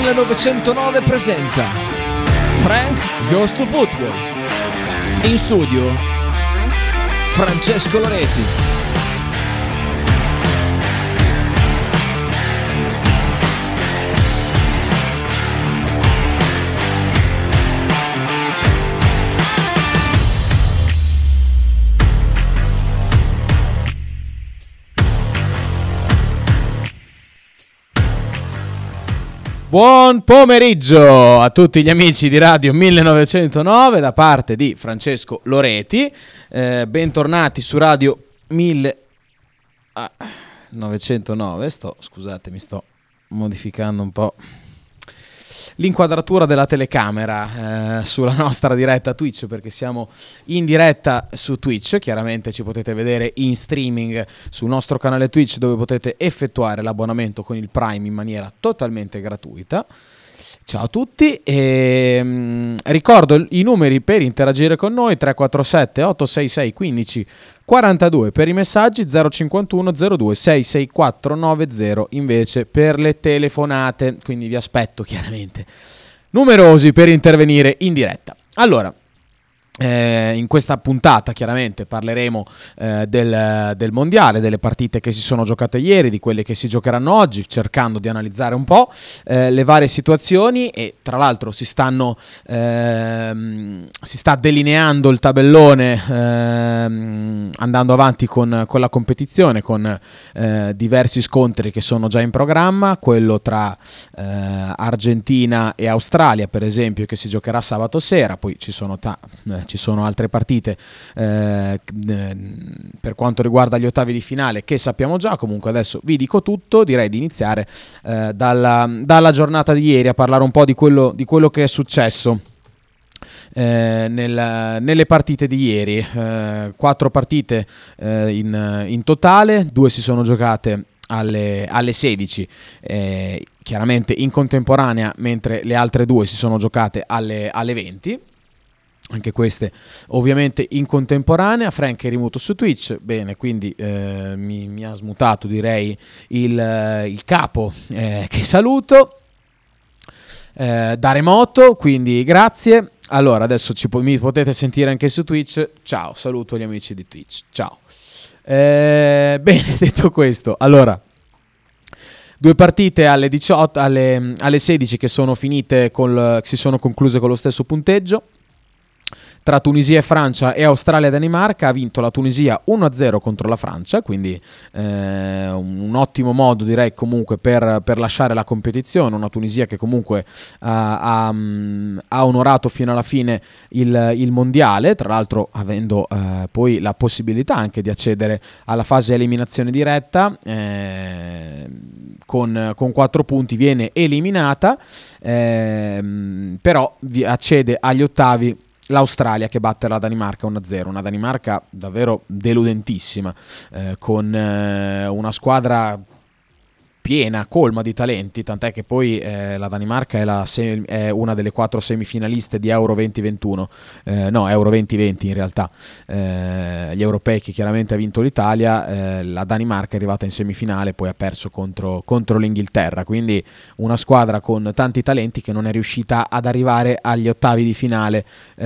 1909 presenta Frank Goes to Football. In studio Francesco Loreti. Buon pomeriggio a tutti gli amici di Radio 1909 da parte di Francesco Loreti, bentornati su Radio 1909, scusate, mi sto modificando un po' l'inquadratura della telecamera sulla nostra diretta Twitch, perché siamo in diretta su Twitch. Chiaramente ci potete vedere in streaming sul nostro canale Twitch, dove potete effettuare l'abbonamento con il Prime in maniera totalmente gratuita. Ciao a tutti, e ricordo i numeri per interagire con noi: 347 866 15 42 per i messaggi, 051 02 66490 invece per le telefonate, quindi vi aspetto chiaramente numerosi per intervenire in diretta. Allora, in questa puntata chiaramente parleremo del mondiale, delle partite che si sono giocate ieri, di quelle che si giocheranno oggi, cercando di analizzare un po' le varie situazioni, e tra l'altro si sta delineando il tabellone andando avanti con la competizione, con diversi scontri che sono già in programma, quello tra Argentina e Australia per esempio, che si giocherà sabato sera. Poi ci sono altre partite per quanto riguarda gli ottavi di finale che sappiamo già. Comunque adesso vi dico tutto, direi di iniziare dalla giornata di ieri, a parlare un po' di quello che è successo nelle partite di ieri. 4 partite in totale, 2 si sono giocate alle 16, chiaramente in contemporanea, mentre le altre 2 si sono giocate alle 20. Anche queste ovviamente in contemporanea. Frank è rimuto su Twitch, bene, quindi mi ha smutato, direi, il capo, che saluto da remoto, quindi grazie. Allora adesso mi potete sentire anche su Twitch. Ciao, saluto gli amici di Twitch, ciao. Bene, detto questo, allora, 2 partite alle 18, alle 16 che sono finite si sono concluse con lo stesso punteggio. Tra Tunisia e Francia e Australia e Danimarca ha vinto la Tunisia 1-0 contro la Francia, quindi un ottimo modo, direi, comunque per lasciare la competizione. Una Tunisia che comunque ha onorato fino alla fine il mondiale, tra l'altro avendo poi la possibilità anche di accedere alla fase eliminazione diretta. Con 4 punti viene eliminata, però accede agli ottavi l'Australia, che batte la Danimarca 1-0, una Danimarca davvero deludentissima, con una squadra piena, colma di talenti, tant'è che poi la Danimarca è una delle 4 semifinaliste di Euro 2021, Euro 2020 in realtà, gli europei che chiaramente ha vinto l'Italia. La Danimarca è arrivata in semifinale, poi ha perso contro l'Inghilterra, quindi una squadra con tanti talenti che non è riuscita ad arrivare agli ottavi di finale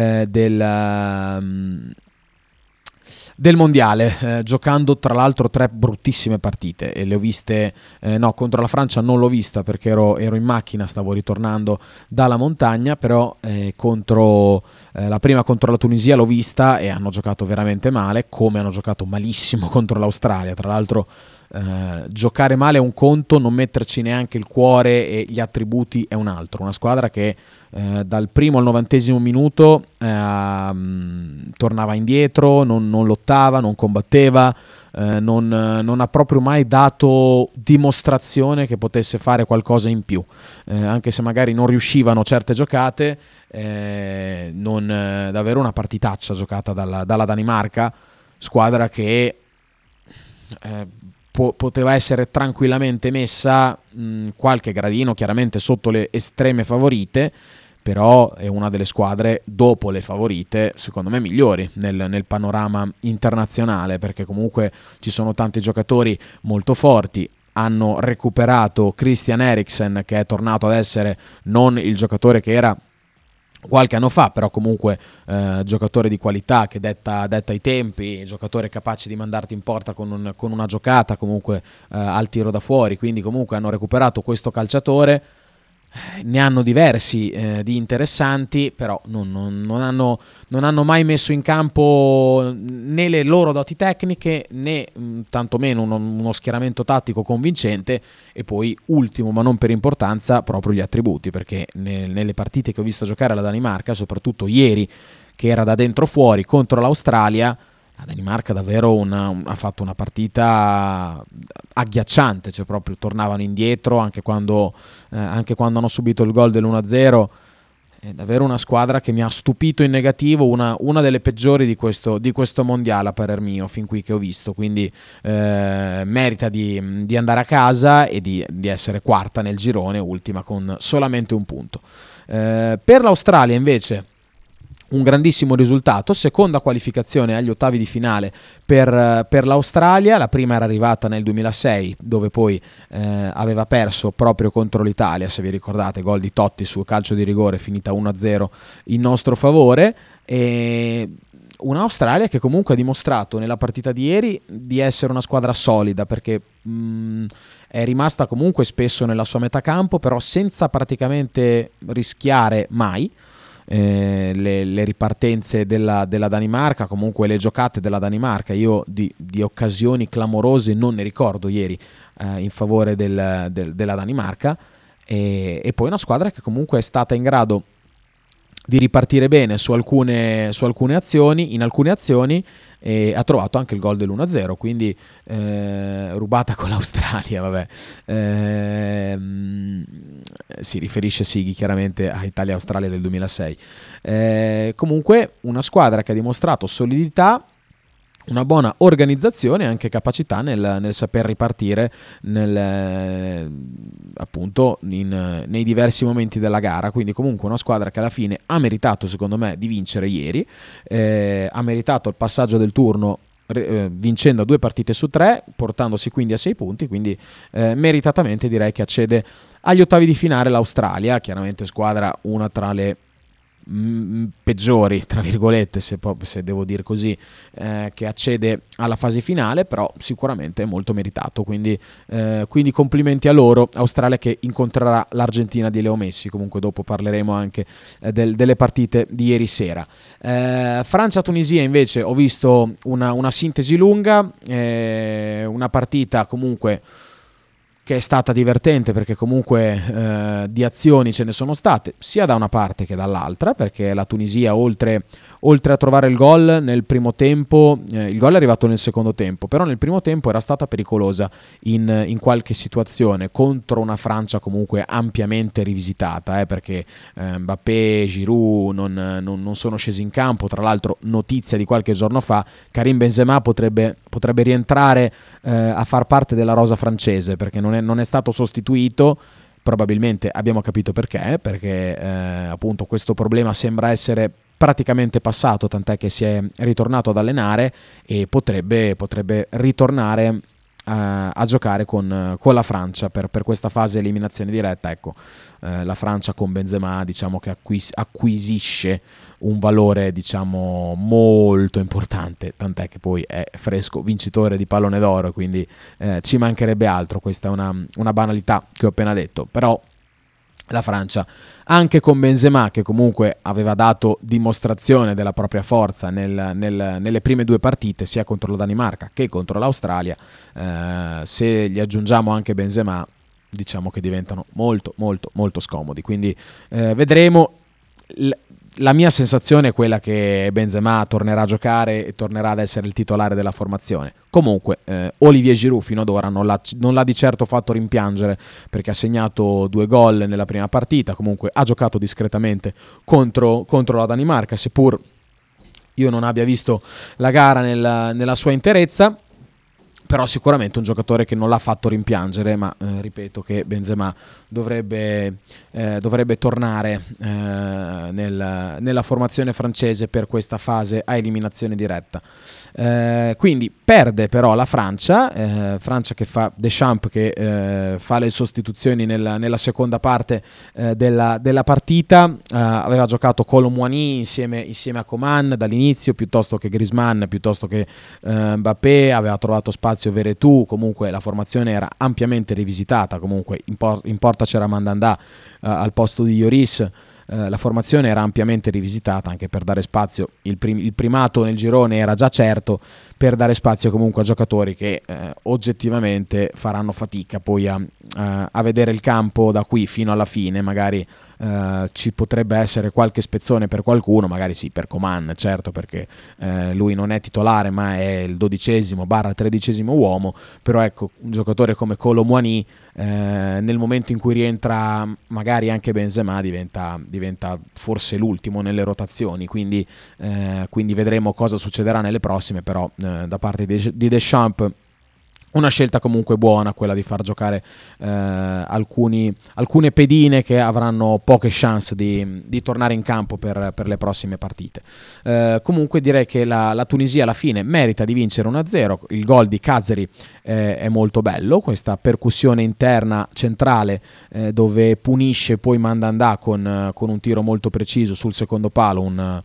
del mondiale, giocando tra l'altro 3 bruttissime partite, e le ho viste, contro la Francia non l'ho vista perché ero in macchina, stavo ritornando dalla montagna, però la prima contro la Tunisia l'ho vista e hanno giocato veramente male, come hanno giocato malissimo contro l'Australia. Tra l'altro giocare male è un conto, non metterci neanche il cuore e gli attributi è un altro. Una squadra che dal primo al 90° minuto tornava indietro, non lottava, non combatteva, non ha proprio mai dato dimostrazione che potesse fare qualcosa in più, anche se magari non riuscivano certe giocate. Davvero una partitaccia giocata dalla Danimarca, squadra che poteva essere tranquillamente messa qualche gradino chiaramente sotto le estreme favorite, però è una delle squadre dopo le favorite secondo me migliori nel panorama internazionale, perché comunque ci sono tanti giocatori molto forti. hanno recuperato Christian Eriksen, che è tornato ad essere non il giocatore che era qualche anno fa, però comunque giocatore di qualità, che detta i tempi, giocatore capace di mandarti in porta con una giocata, comunque al tiro da fuori. Quindi comunque hanno recuperato questo calciatore. Ne hanno diversi di interessanti, però non hanno mai messo in campo né le loro doti tecniche né tantomeno uno schieramento tattico convincente. E poi, ultimo ma non per importanza, proprio gli attributi, perché nelle partite che ho visto giocare la Danimarca, soprattutto ieri che era da dentro fuori contro l'Australia, la Danimarca davvero ha fatto una partita agghiacciante, cioè proprio tornavano indietro anche quando hanno subito il gol dell'1-0. È davvero una squadra che mi ha stupito in negativo, una delle peggiori di questo mondiale a parer mio fin qui che ho visto. Quindi merita di andare a casa e di essere quarta nel girone, ultima con solamente un punto. Per l'Australia invece un grandissimo risultato, seconda qualificazione agli ottavi di finale per l'Australia. La prima era arrivata nel 2006, dove poi aveva perso proprio contro l'Italia, se vi ricordate, gol di Totti su calcio di rigore, finita 1-0 in nostro favore. E un'Australia che comunque ha dimostrato nella partita di ieri di essere una squadra solida, perché è rimasta comunque spesso nella sua metà campo, però senza praticamente rischiare mai. Le ripartenze della Danimarca, comunque le giocate della Danimarca, io di occasioni clamorose non ne ricordo ieri in favore della Danimarca. E poi una squadra che comunque è stata in grado di ripartire bene su alcune azioni, in alcune azioni, e ha trovato anche il gol dell'1-0, quindi rubata con l'Australia, vabbè. Si riferisce Sighi chiaramente a Italia-Australia del 2006. Comunque una squadra che ha dimostrato solidità, una buona organizzazione e anche capacità nel saper ripartire appunto nei diversi momenti della gara. Quindi comunque una squadra che alla fine ha meritato, secondo me, di vincere ieri, ha meritato il passaggio del turno vincendo 2 partite su 3, portandosi quindi a 6 punti, quindi meritatamente direi che accede agli ottavi di finale l'Australia, chiaramente squadra una tra le peggiori, tra virgolette, se devo dire così, che accede alla fase finale, però sicuramente è molto meritato, quindi complimenti a loro. Australia che incontrerà l'Argentina di Leo Messi, comunque dopo parleremo anche delle partite di ieri sera. Francia-Tunisia invece ho visto una sintesi lunga, una partita comunque che è stata divertente, perché comunque di azioni ce ne sono state sia da una parte che dall'altra, perché la Tunisia oltre a trovare il gol nel primo tempo, il gol è arrivato nel secondo tempo, però nel primo tempo era stata pericolosa in qualche situazione contro una Francia comunque ampiamente rivisitata, perché Mbappé, Giroud non sono scesi in campo. Tra l'altro, notizia di qualche giorno fa, Karim Benzema potrebbe rientrare a far parte della rosa francese, perché non è stato sostituito. Probabilmente abbiamo capito perché appunto questo problema sembra essere praticamente passato, tant'è che si è ritornato ad allenare e potrebbe ritornare a giocare con la Francia per questa fase eliminazione diretta. Ecco, la Francia con Benzema diciamo che acquisisce un valore diciamo molto importante, tant'è che poi è fresco vincitore di pallone d'oro, quindi ci mancherebbe altro. Questa è una banalità che ho appena detto, però la Francia anche con Benzema, che comunque aveva dato dimostrazione della propria forza nelle prime 2 partite, sia contro la Danimarca che contro l'Australia, se gli aggiungiamo anche Benzema diciamo che diventano molto molto molto scomodi. Quindi vedremo. La mia sensazione è quella che Benzema tornerà a giocare e tornerà ad essere il titolare della formazione. Comunque Olivier Giroud fino ad ora non l'ha di certo fatto rimpiangere, perché ha segnato 2 gol nella prima partita, comunque ha giocato discretamente contro la Danimarca, seppur io non abbia visto la gara nella sua interezza. però sicuramente un giocatore che non l'ha fatto rimpiangere, ma ripeto che Benzema dovrebbe tornare nella formazione francese per questa fase a eliminazione diretta. Quindi perde però la Francia che fa Deschamps, che fa le sostituzioni nella seconda parte della partita. Aveva giocato Kolo Muani insieme a Coman dall'inizio, piuttosto che Griezmann, piuttosto che Mbappé. Aveva trovato spazio Veretout. Comunque la formazione era ampiamente rivisitata. Comunque in porta c'era Mandanda al posto di Lloris. La formazione era ampiamente rivisitata anche per dare spazio, il primato nel girone era già certo, per dare spazio comunque a giocatori che oggettivamente faranno fatica poi a vedere il campo da qui fino alla fine. Magari ci potrebbe essere qualche spezzone per qualcuno, magari sì, per Coman, certo, perché lui non è titolare ma è il 12°/13° uomo, però ecco, un giocatore come Kolo Muani nel momento in cui rientra magari anche Benzema diventa forse l'ultimo nelle rotazioni, quindi vedremo cosa succederà nelle prossime. Però da parte di Deschamps una scelta comunque buona quella di far giocare alcune pedine che avranno poche chance di tornare in campo per le prossime partite. Comunque direi che la Tunisia alla fine merita di vincere 1-0. Il gol di Kazri è molto bello, questa percussione interna centrale dove punisce poi Mandanda con un tiro molto preciso sul secondo palo,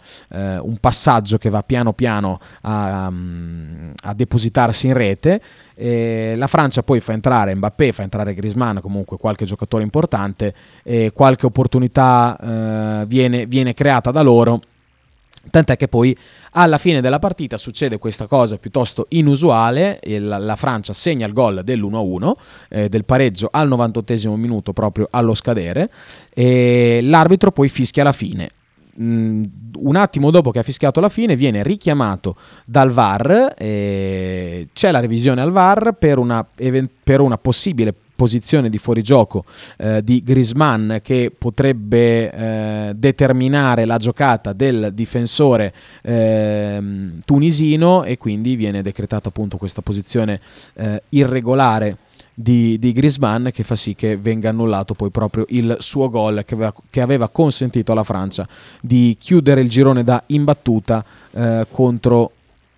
un passaggio che va piano piano a depositarsi in rete. La Francia poi fa entrare Mbappé, fa entrare Griezmann, comunque qualche giocatore importante, qualche opportunità viene creata da loro, tant'è che poi alla fine della partita succede questa cosa piuttosto inusuale. La Francia segna il gol dell'1-1, del pareggio al 98° minuto, proprio allo scadere, e l'arbitro poi fischia la fine. Un attimo dopo che ha fischiato la fine viene richiamato dal VAR, c'è la revisione al VAR per una possibile posizione di fuorigioco di Griezmann, che potrebbe determinare la giocata del difensore tunisino, e quindi viene decretata appunto questa posizione irregolare di Griezmann, che fa sì che venga annullato poi proprio il suo gol che aveva consentito alla Francia di chiudere il girone da imbattuta contro...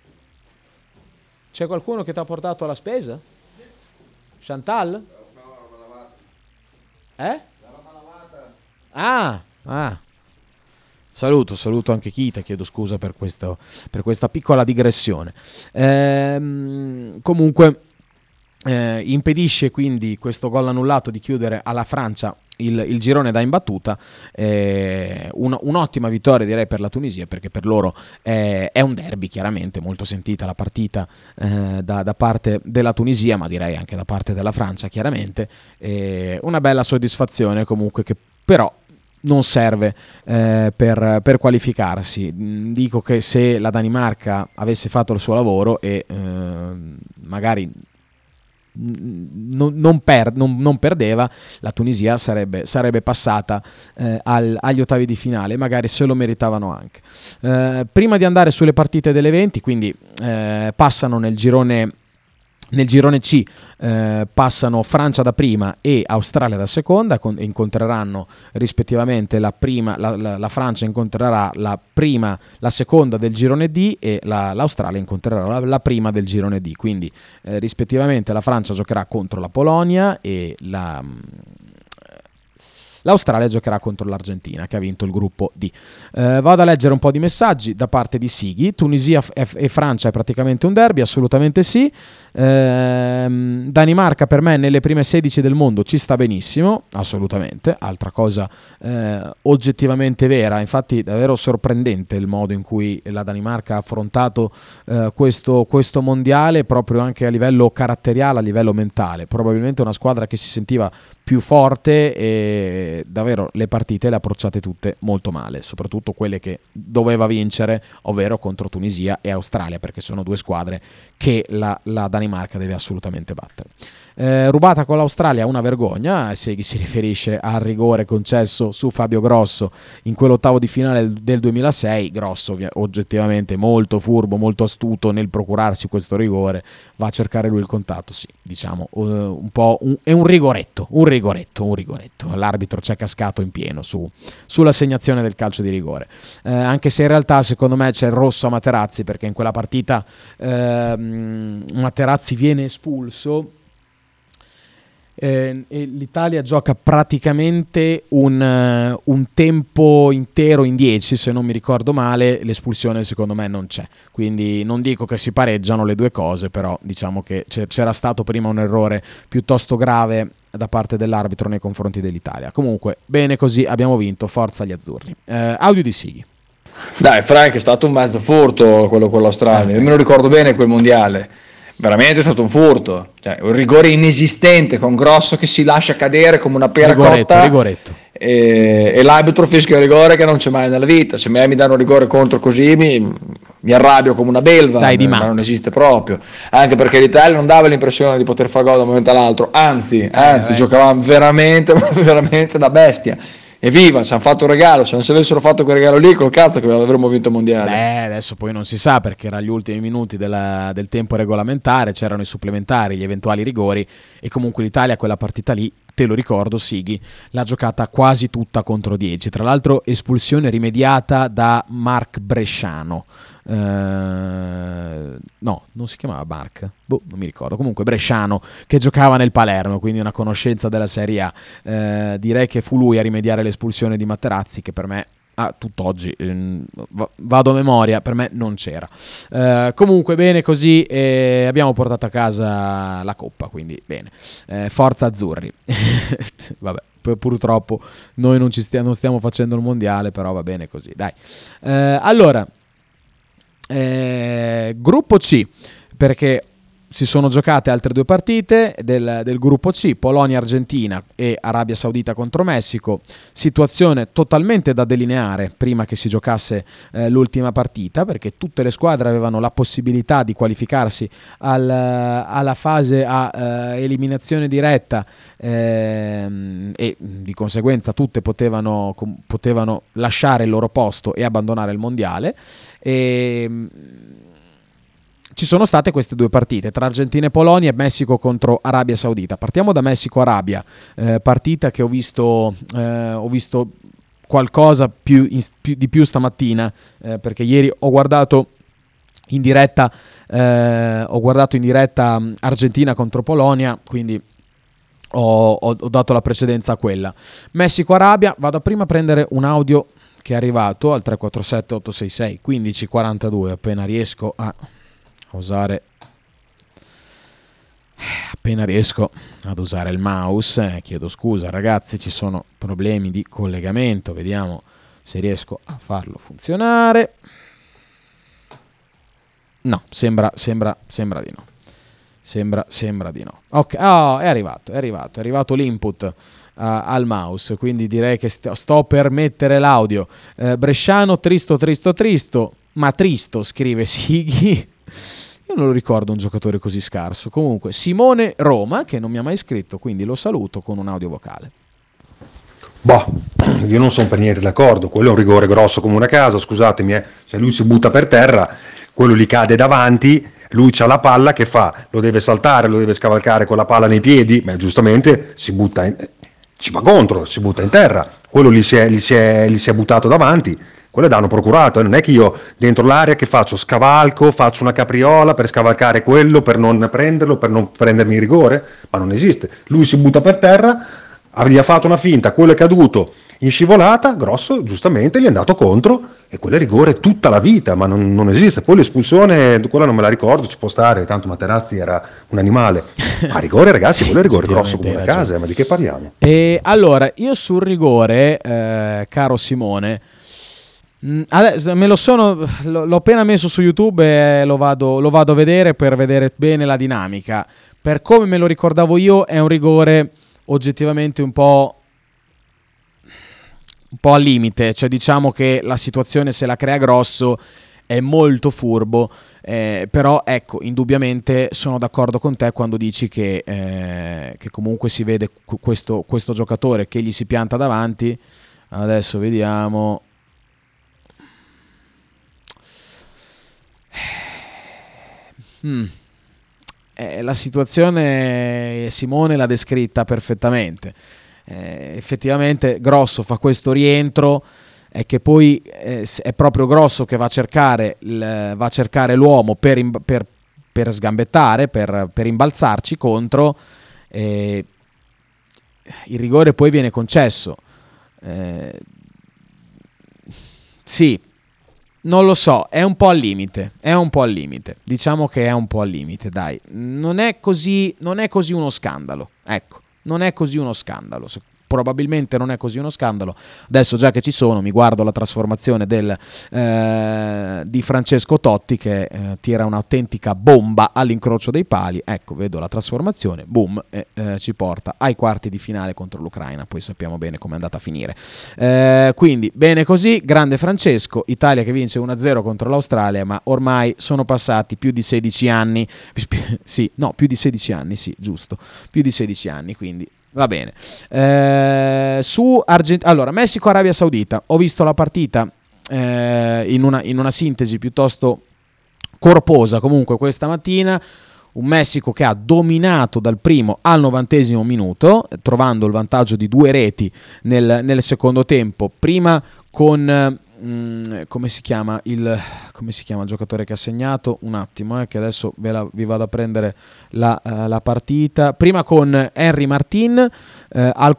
C'è qualcuno che ti ha portato alla spesa? Chantal? Ah. Saluto anche Kita, chiedo scusa per questa piccola digressione. Comunque impedisce quindi questo gol annullato di chiudere alla Francia il girone da imbattuta. Un'ottima vittoria direi per la Tunisia, perché per loro è un derby, chiaramente molto sentita la partita da parte della Tunisia, ma direi anche da parte della Francia, chiaramente. Una bella soddisfazione comunque, che però non serve per qualificarsi. Dico che se la Danimarca avesse fatto il suo lavoro e magari non perdeva, la Tunisia sarebbe passata agli ottavi di finale, magari se lo meritavano anche. Prima di andare sulle partite delle 20, quindi passano nel girone C, passano Francia da prima e Australia da seconda, incontreranno rispettivamente la Francia incontrerà la seconda del girone D, e l'Australia incontrerà la prima del girone D. Quindi rispettivamente la Francia giocherà contro la Polonia e l'Australia giocherà contro l'Argentina, che ha vinto il gruppo D. Vado a leggere un po' di messaggi da parte di Sighi. Tunisia e Francia è praticamente un derby, assolutamente sì. Danimarca per me nelle prime 16 del mondo ci sta benissimo, assolutamente, altra cosa oggettivamente vera. Infatti è davvero sorprendente il modo in cui la Danimarca ha affrontato questo mondiale, proprio anche a livello caratteriale, a livello mentale. Probabilmente una squadra che si sentiva più forte, e davvero le partite le ha approcciate tutte molto male, soprattutto quelle che doveva vincere, ovvero contro Tunisia e Australia, perché sono due squadre che la Danimarca deve assolutamente battere. Rubata con l'Australia, una vergogna. Seghi si riferisce al rigore concesso su Fabio Grosso in quell'ottavo di finale del 2006. Grosso oggettivamente molto furbo, molto astuto nel procurarsi questo rigore, va a cercare lui il contatto, sì, diciamo è un rigoretto. L'arbitro c'è cascato in pieno sull'assegnazione del calcio di rigore, anche se in realtà secondo me c'è il rosso a Materazzi, perché in quella partita Materazzi viene espulso e l'Italia gioca praticamente un tempo intero in 10, se non mi ricordo male. L'espulsione secondo me non c'è, quindi non dico che si pareggiano le due cose, però diciamo che c'era stato prima un errore piuttosto grave da parte dell'arbitro nei confronti dell'Italia. Comunque bene così, abbiamo vinto, forza gli azzurri. Audio di Sighi. Dai, Frank, è stato un mezzo furto quello con l'Australia. Io me lo ricordo bene quel mondiale. Veramente è stato un furto. Cioè, un rigore inesistente con Grosso che si lascia cadere come una pera cotta. Rigoretto. E l'arbitro fischia il rigore che non c'è mai nella vita. Se mi danno un rigore contro così mi arrabbio come una belva. Dai, ma non esiste proprio. Anche perché l'Italia non dava l'impressione di poter fare gol da un momento all'altro. Anzi, giocavamo veramente, veramente da bestia. Evviva, ci hanno fatto un regalo. Se non ci avessero fatto quel regalo lì, col cazzo che avremmo vinto il mondiale. Adesso poi non si sa, perché erano gli ultimi minuti del tempo regolamentare, c'erano i supplementari, gli eventuali rigori, e comunque l'Italia quella partita lì, te lo ricordo Sighi, l'ha giocata quasi tutta contro 10. Tra l'altro espulsione rimediata da Marc Bresciano. No, non si chiamava Marc, non mi ricordo, comunque Bresciano, che giocava nel Palermo, quindi una conoscenza della Serie A. Direi che fu lui a rimediare l'espulsione di Materazzi, che per me tutt'oggi vado a memoria, per me non c'era. Comunque bene così, abbiamo portato a casa la coppa, quindi bene, forza azzurri. Vabbè, purtroppo noi non stiamo facendo il mondiale, però va bene così, dai. Allora, gruppo C, perché si sono giocate altre due partite del gruppo C, Polonia-Argentina e Arabia Saudita contro Messico. Situazione totalmente da delineare prima che si giocasse l'ultima partita, perché tutte le squadre avevano la possibilità di qualificarsi alla fase a eliminazione diretta, e di conseguenza tutte potevano lasciare il loro posto e abbandonare il mondiale. Ci sono state queste due partite tra Argentina e Polonia e Messico contro Arabia Saudita. Partiamo da Messico-Arabia, partita che ho visto qualcosa di più stamattina, perché ieri ho guardato in diretta Argentina contro Polonia, quindi ho dato la precedenza a quella. Messico-Arabia, vado prima a prendere un audio che è arrivato al 347 866 1542, appena riesco ad usare il mouse. Chiedo scusa ragazzi, ci sono problemi di collegamento, vediamo se riesco a farlo funzionare. No, sembra di no. Sembra di no. Ok, è arrivato l'input al mouse, quindi direi che sto per mettere l'audio. Bresciano, tristo, ma tristo, scrive Sighi. Io non lo ricordo un giocatore così scarso. Comunque Simone Roma, che non mi ha mai scritto, quindi lo saluto con un audio vocale. Io non sono per niente d'accordo. Quello è un rigore grosso come una casa, scusatemi, se lui si butta per terra, quello gli cade davanti, lui c'ha la palla, che fa? Lo deve saltare, lo deve scavalcare con la palla nei piedi, ma giustamente ci va contro, si butta in terra. Quello gli si è buttato davanti. Quello è danno procurato, non è che io dentro l'area che faccio scavalco, faccio una capriola per scavalcare quello, per non prenderlo, per non prendermi il rigore, ma non esiste. Lui si butta per terra, gli ha fatto una finta, quello è caduto in scivolata, Grosso giustamente gli è andato contro, e quello è rigore tutta la vita, ma non esiste. Poi l'espulsione, quella non me la ricordo, ci può stare, tanto Materazzi era un animale, ma rigore ragazzi, quello è rigore grosso come una casa, ma di che parliamo? E allora, io sul rigore, caro Simone, adesso l'ho appena messo su YouTube e lo vado a vedere per vedere bene la dinamica. Per come me lo ricordavo io, è un rigore oggettivamente un po' al limite, cioè diciamo che la situazione se la crea Grosso, è molto furbo, però ecco, indubbiamente sono d'accordo con te quando dici che comunque si vede questo giocatore che gli si pianta davanti. Adesso vediamo. La situazione Simone l'ha descritta perfettamente. Effettivamente Grosso fa questo rientro, è che poi è proprio Grosso che va a cercare l'uomo per sgambettare, per imbalzarci contro. Il rigore poi viene concesso. Sì, non lo so, è un po' al limite, diciamo che è un po' al limite, dai, non è così uno scandalo, ecco, non è così uno scandalo, probabilmente non è così uno scandalo. Adesso già che ci sono mi guardo la trasformazione di Francesco Totti che tira un'autentica bomba all'incrocio dei pali, ecco, vedo la trasformazione, boom, e ci porta ai quarti di finale contro l'Ucraina, poi sappiamo bene come è andata a finire. Quindi bene così, grande Francesco, Italia che vince 1-0 contro l'Australia, ma ormai sono passati più di 16 anni, più di 16 anni, sì, giusto, più di 16 anni, quindi va bene. Allora, Messico-Arabia Saudita, ho visto la partita in una sintesi piuttosto corposa comunque questa mattina. Un Messico che ha dominato dal primo al 90° minuto, trovando il vantaggio di 2 reti nel secondo tempo, prima con come si chiama il giocatore che ha segnato? Un attimo, che adesso vi vado a prendere la partita. Prima con Henry Martin al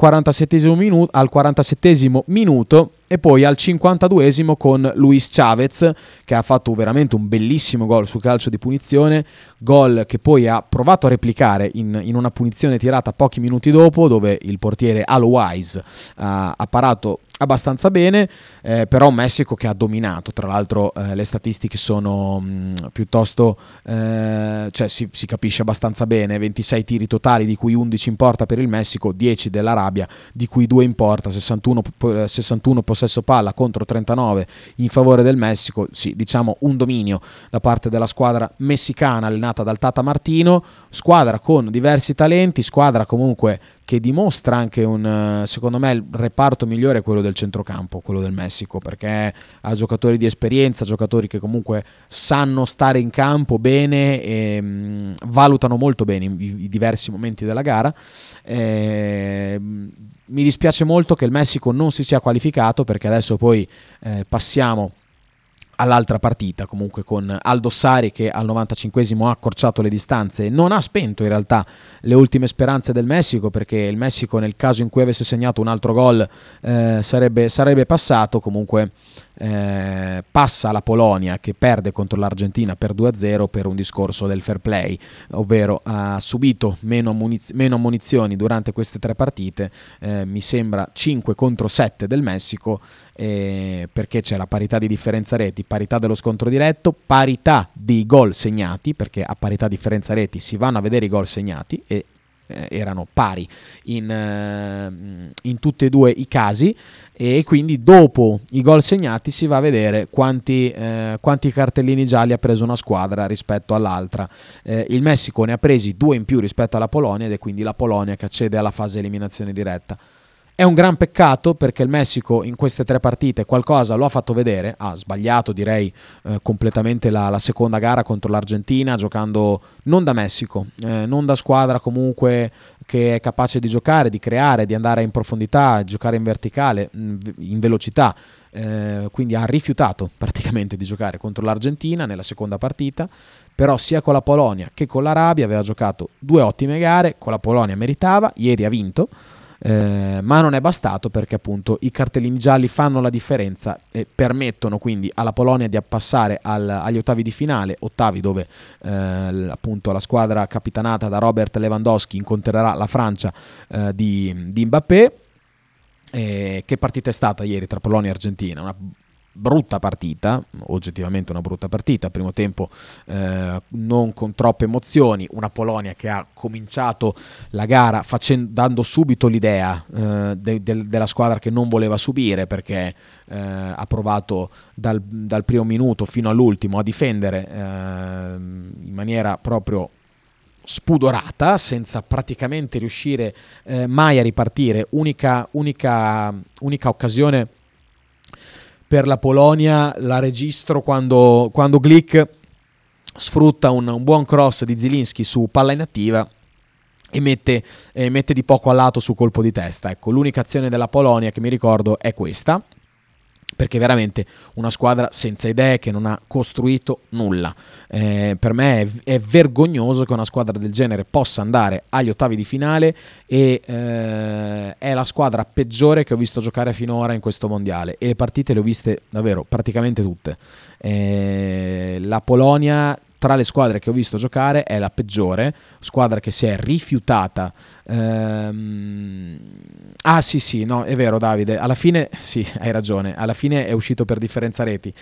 47° minuto e poi al 52° con Luis Chavez, che ha fatto veramente un bellissimo gol su calcio di punizione, gol che poi ha provato a replicare in una punizione tirata pochi minuti dopo, dove il portiere Alois ha parato abbastanza bene, però un Messico che ha dominato. Tra l'altro le statistiche sono piuttosto si capisce abbastanza bene: 26 tiri totali, di cui 11 in porta per il Messico, 10 dell'Arabia, di cui 2 in porta, 61 possesso palla contro 39 in favore del Messico. Sì, diciamo un dominio da parte della squadra messicana allenata dal Tata Martino, squadra con diversi talenti, squadra comunque che dimostra anche secondo me il reparto migliore è quello del centrocampo, quello del Messico, perché ha giocatori di esperienza, giocatori che comunque sanno stare in campo bene e valutano molto bene i diversi momenti della gara. Mi dispiace molto che il Messico non si sia qualificato, perché adesso poi passiamo all'altra partita, comunque con Aldo Sari che al 95° ha accorciato le distanze e non ha spento in realtà le ultime speranze del Messico, perché il Messico, nel caso in cui avesse segnato un altro gol, sarebbe passato. Comunque passa la Polonia, che perde contro l'Argentina per 2-0 per un discorso del fair play, ovvero ha subito meno ammonizioni durante queste 3 partite, mi sembra 5 contro 7 del Messico, perché c'è la parità di differenza reti, parità dello scontro diretto, parità di gol segnati, perché a parità di differenza reti si vanno a vedere i gol segnati e erano pari in tutti e 2 i casi, e quindi dopo i gol segnati si va a vedere quanti cartellini gialli ha preso una squadra rispetto all'altra. Il Messico ne ha presi 2 in più rispetto alla Polonia, ed è quindi la Polonia che accede alla fase eliminazione diretta. È un gran peccato, perché il Messico in queste 3 partite qualcosa lo ha fatto vedere. Ha sbagliato, direi, completamente la seconda gara contro l'Argentina, giocando non da Messico, non da squadra comunque che è capace di giocare, di creare, di andare in profondità, giocare in verticale, in velocità. Quindi ha rifiutato praticamente di giocare contro l'Argentina nella seconda partita. Però sia con la Polonia che con l'Arabia aveva giocato 2 ottime gare. Con la Polonia meritava, ieri ha vinto. Ma non è bastato, perché appunto i cartellini gialli fanno la differenza e permettono quindi alla Polonia di passare agli ottavi di finale, ottavi dove appunto la squadra capitanata da Robert Lewandowski incontrerà la Francia di Mbappé. Che partita è stata ieri tra Polonia e Argentina? Una brutta partita, oggettivamente una brutta partita, primo tempo non con troppe emozioni, una Polonia che ha cominciato la gara dando subito l'idea della squadra che non voleva subire, perché ha provato dal primo minuto fino all'ultimo a difendere in maniera proprio spudorata, senza praticamente riuscire mai a ripartire. Unica occasione per la Polonia la registro quando Glick sfrutta un buon cross di Zielinski su palla inattiva e mette di poco a lato su colpo di testa. Ecco, l'unica azione della Polonia che mi ricordo è questa, perché veramente una squadra senza idee, che non ha costruito nulla. Per me è vergognoso che una squadra del genere possa andare agli ottavi di finale e è la squadra peggiore che ho visto giocare finora in questo mondiale, e le partite le ho viste davvero praticamente tutte. La Polonia, tra le squadre che ho visto giocare, è la peggiore, squadra che si è rifiutata. Sì, no, è vero Davide, alla fine sì, hai ragione, alla fine è uscito per differenza reti.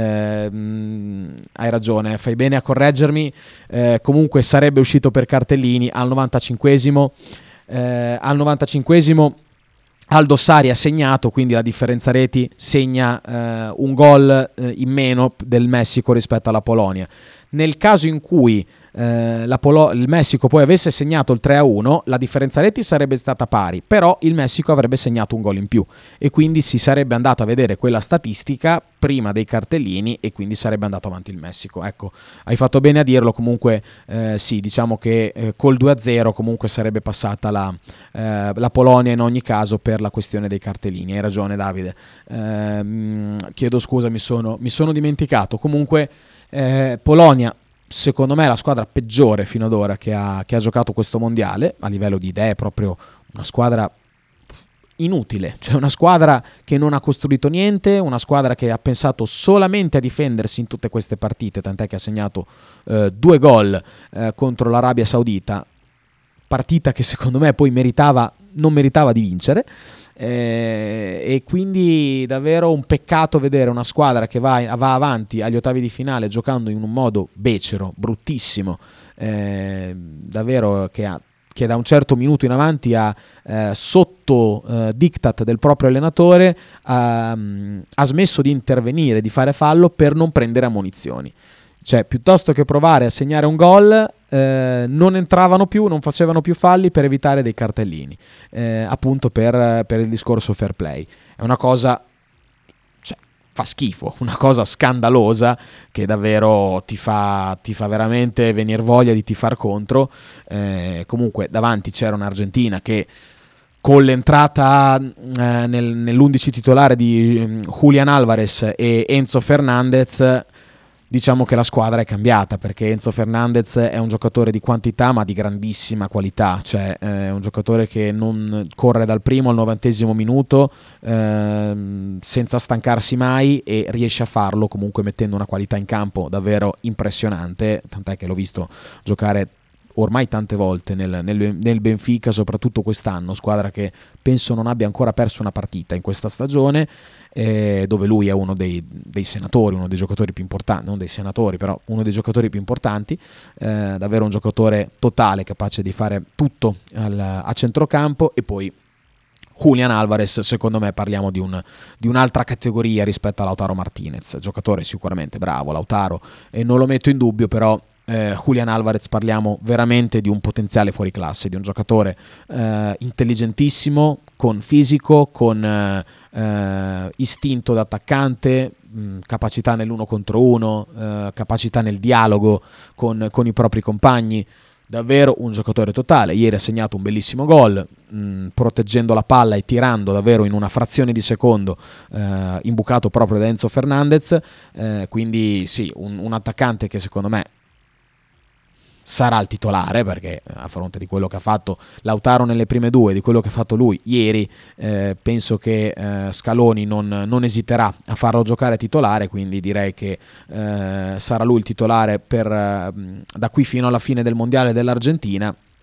Hai ragione, fai bene a correggermi. Comunque sarebbe uscito per cartellini al 95esimo. Al 95esimo Aldo Sari ha segnato, quindi la differenza reti segna un gol in meno del Messico rispetto alla Polonia. Nel caso in cui il Messico poi avesse segnato il 3-1, la differenza reti sarebbe stata pari, però il Messico avrebbe segnato un gol in più e quindi si sarebbe andato a vedere quella statistica prima dei cartellini e quindi sarebbe andato avanti il Messico. Ecco, hai fatto bene a dirlo. Comunque sì, diciamo che col 2-0 comunque sarebbe passata la Polonia in ogni caso per la questione dei cartellini. Hai ragione Davide, chiedo scusa, mi sono dimenticato. Comunque Polonia secondo me è la squadra peggiore fino ad ora che ha giocato questo mondiale a livello di idee, proprio una squadra inutile, cioè una squadra che non ha costruito niente, una squadra che ha pensato solamente a difendersi in tutte queste partite, tant'è che ha segnato 2 gol contro l'Arabia Saudita, partita che secondo me poi non meritava di vincere. E quindi davvero un peccato vedere una squadra che va avanti agli ottavi di finale giocando in un modo becero, bruttissimo, davvero che da un certo minuto in avanti ha sotto diktat del proprio allenatore ha smesso di intervenire, di fare fallo per non prendere ammonizioni. Cioè, piuttosto che provare a segnare un gol, non entravano più, non facevano più falli per evitare dei cartellini, appunto per il discorso fair play. È una cosa, cioè, fa schifo, una cosa scandalosa che davvero ti fa veramente venire voglia di tifar contro. Comunque davanti c'era un'Argentina che con l'entrata nell'11 titolare di Julián Álvarez e Enzo Fernández, diciamo che la squadra è cambiata, perché Enzo Fernández è un giocatore di quantità ma di grandissima qualità, cioè è un giocatore che non corre dal primo al 90° minuto senza stancarsi mai, e riesce a farlo comunque mettendo una qualità in campo davvero impressionante, tant'è che l'ho visto giocare ormai tante volte nel Benfica, soprattutto quest'anno, squadra che penso non abbia ancora perso una partita in questa stagione, dove lui è uno dei senatori, uno dei giocatori più importanti, non dei senatori però uno dei giocatori più importanti, davvero un giocatore totale, capace di fare tutto a centrocampo. E poi Julián Álvarez, secondo me parliamo di un'altra categoria rispetto a Lautaro Martinez, giocatore sicuramente bravo Lautaro, e non lo metto in dubbio, però Julián Álvarez parliamo veramente di un potenziale fuori classe, di un giocatore intelligentissimo, con fisico, con istinto d'attaccante, capacità nell'1 contro 1, capacità nel dialogo con i propri compagni. Davvero un giocatore totale. Ieri ha segnato un bellissimo gol, proteggendo la palla e tirando davvero in una frazione di secondo, imbucato proprio da Enzo Fernández. Quindi sì, un attaccante che secondo me sarà il titolare, perché a fronte di quello che ha fatto Lautaro nelle prime due, di quello che ha fatto lui ieri, penso che Scaloni non esiterà a farlo giocare titolare, quindi direi che sarà lui il titolare da qui fino alla fine del mondiale dell'Argentina.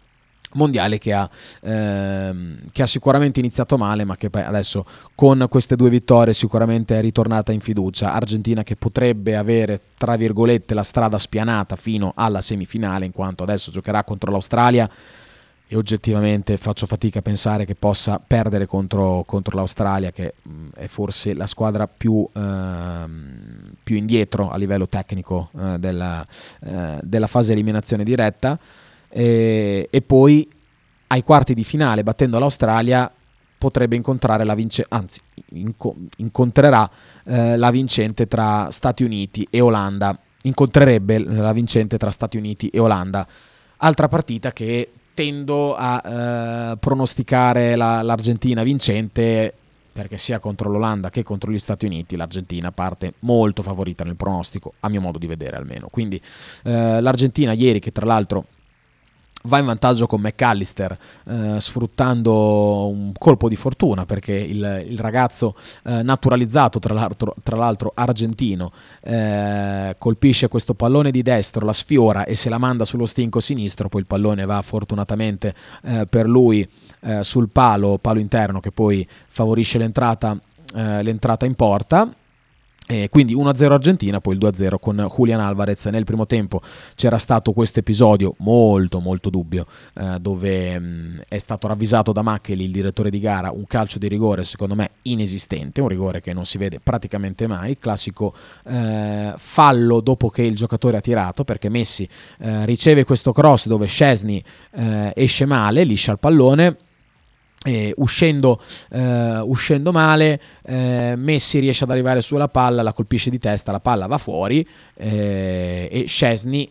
mondiale che ha sicuramente iniziato male, ma che poi adesso con queste 2 vittorie sicuramente è ritornata in fiducia. Argentina che potrebbe avere, tra virgolette, la strada spianata fino alla semifinale, in quanto adesso giocherà contro l'Australia, e oggettivamente faccio fatica a pensare che possa perdere contro l'Australia, che è forse la squadra più indietro a livello tecnico della fase eliminazione diretta. E poi ai quarti di finale, battendo l'Australia, potrebbe incontrare incontrerà la vincente tra Stati Uniti e Olanda. Incontrerebbe la vincente tra Stati Uniti e Olanda. Altra partita che tendo a pronosticare l'Argentina vincente, perché sia contro l'Olanda che contro gli Stati Uniti l'Argentina parte molto favorita nel pronostico, a mio modo di vedere almeno. Quindi l'Argentina ieri, che tra l'altro va in vantaggio con McAllister, sfruttando un colpo di fortuna, perché il ragazzo naturalizzato tra l'altro argentino colpisce questo pallone di destro, la sfiora e se la manda sullo stinco sinistro. Poi il pallone va fortunatamente per lui sul palo interno, che poi favorisce l'entrata in porta. Quindi 1-0 Argentina, poi il 2-0 con Julián Álvarez. Nel primo tempo c'era stato questo episodio molto molto dubbio, dove è stato ravvisato da Macchelli, il direttore di gara, un calcio di rigore secondo me inesistente, un rigore che non si vede praticamente mai, classico fallo dopo che il giocatore ha tirato, perché Messi riceve questo cross dove Szczęsny esce male, liscia il pallone. Uscendo male, Messi riesce ad arrivare sulla palla, la colpisce di testa, la palla va fuori, e Szczęsny,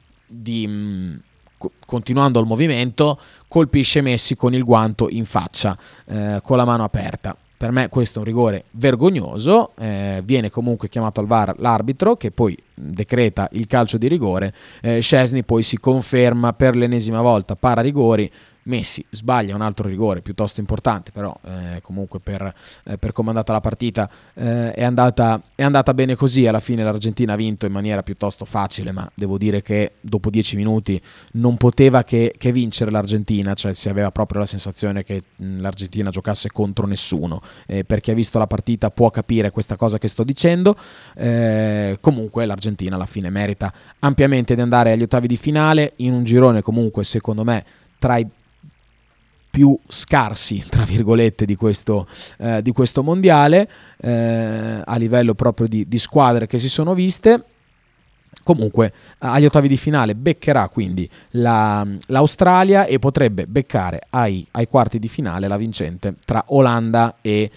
continuando il movimento, colpisce Messi con il guanto in faccia, con la mano aperta. Per me questo è un rigore vergognoso, viene comunque chiamato al VAR l'arbitro, che poi decreta il calcio di rigore. Szczęsny poi si conferma per l'ennesima volta para rigori. Messi sbaglia un altro rigore piuttosto importante, però comunque per come è andata la partita è andata bene così. Alla fine l'Argentina ha vinto in maniera piuttosto facile, ma devo dire che dopo 10 minuti non poteva che vincere l'Argentina, cioè si aveva proprio la sensazione che l'Argentina giocasse contro nessuno. Per chi ha visto la partita può capire questa cosa che sto dicendo. Comunque l'Argentina alla fine merita ampiamente di andare agli ottavi di finale, in un girone comunque secondo me tra i più scarsi, tra virgolette, di questo mondiale, a livello proprio di squadre che si sono viste. Comunque agli ottavi di finale beccherà quindi l'Australia e potrebbe beccare ai quarti di finale la vincente tra Olanda e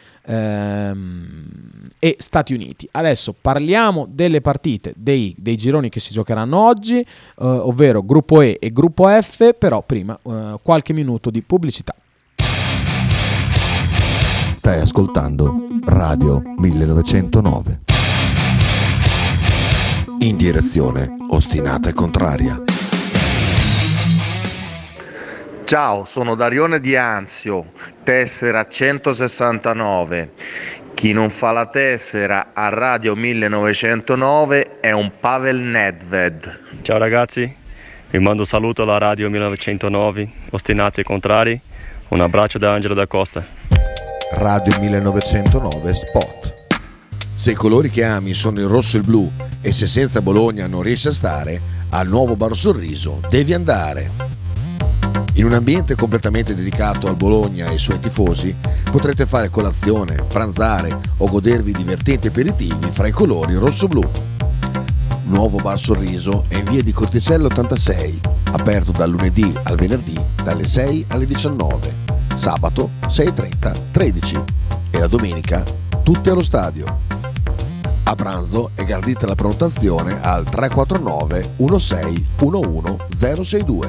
Stati Uniti. Adesso parliamo delle partite dei gironi che si giocheranno oggi, ovvero gruppo E e gruppo F, però prima qualche minuto di pubblicità. Stai ascoltando Radio 1909. In direzione ostinata e contraria. Ciao, sono Darione di Anzio, tessera 169. Chi non fa la tessera a Radio 1909 è un Pavel Nedved. Ciao ragazzi, vi mando saluto alla Radio 1909, ostinati e contrari. Un abbraccio da Angelo da Costa. Radio 1909 Spot. Se i colori che ami sono il rosso e il blu e se senza Bologna non riesci a stare, al nuovo Bar Sorriso devi andare. In un ambiente completamente dedicato al Bologna e ai suoi tifosi potrete fare colazione, pranzare o godervi divertenti aperitivi fra i colori rosso-blu. Nuovo Bar Sorriso è in via di Corticello 86, aperto dal lunedì al venerdì dalle 6 alle 19, sabato 6:30-13 e la domenica tutti allo stadio. A pranzo è gradita la prenotazione al 349 16 11 062.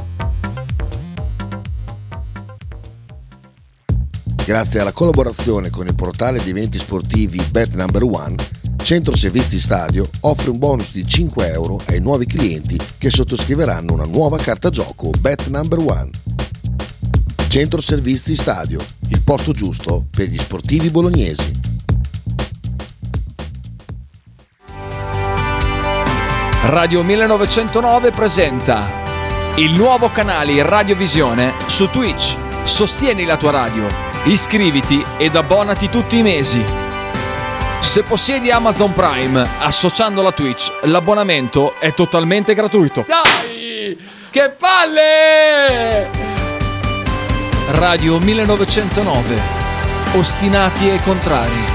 Grazie alla collaborazione con il portale di eventi sportivi Bet Number One, Centro Servizi Stadio offre un bonus di 5 euro ai nuovi clienti che sottoscriveranno una nuova carta gioco Bet Number One. Centro Servizi Stadio, il posto giusto per gli sportivi bolognesi. Radio 1909 presenta il nuovo canale Radiovisione su Twitch. Sostieni la tua radio, iscriviti ed abbonati tutti i mesi. Se possiedi Amazon Prime associandola a Twitch, l'abbonamento è totalmente gratuito. Dai! Che palle! Radio 1909. Ostinati e contrari.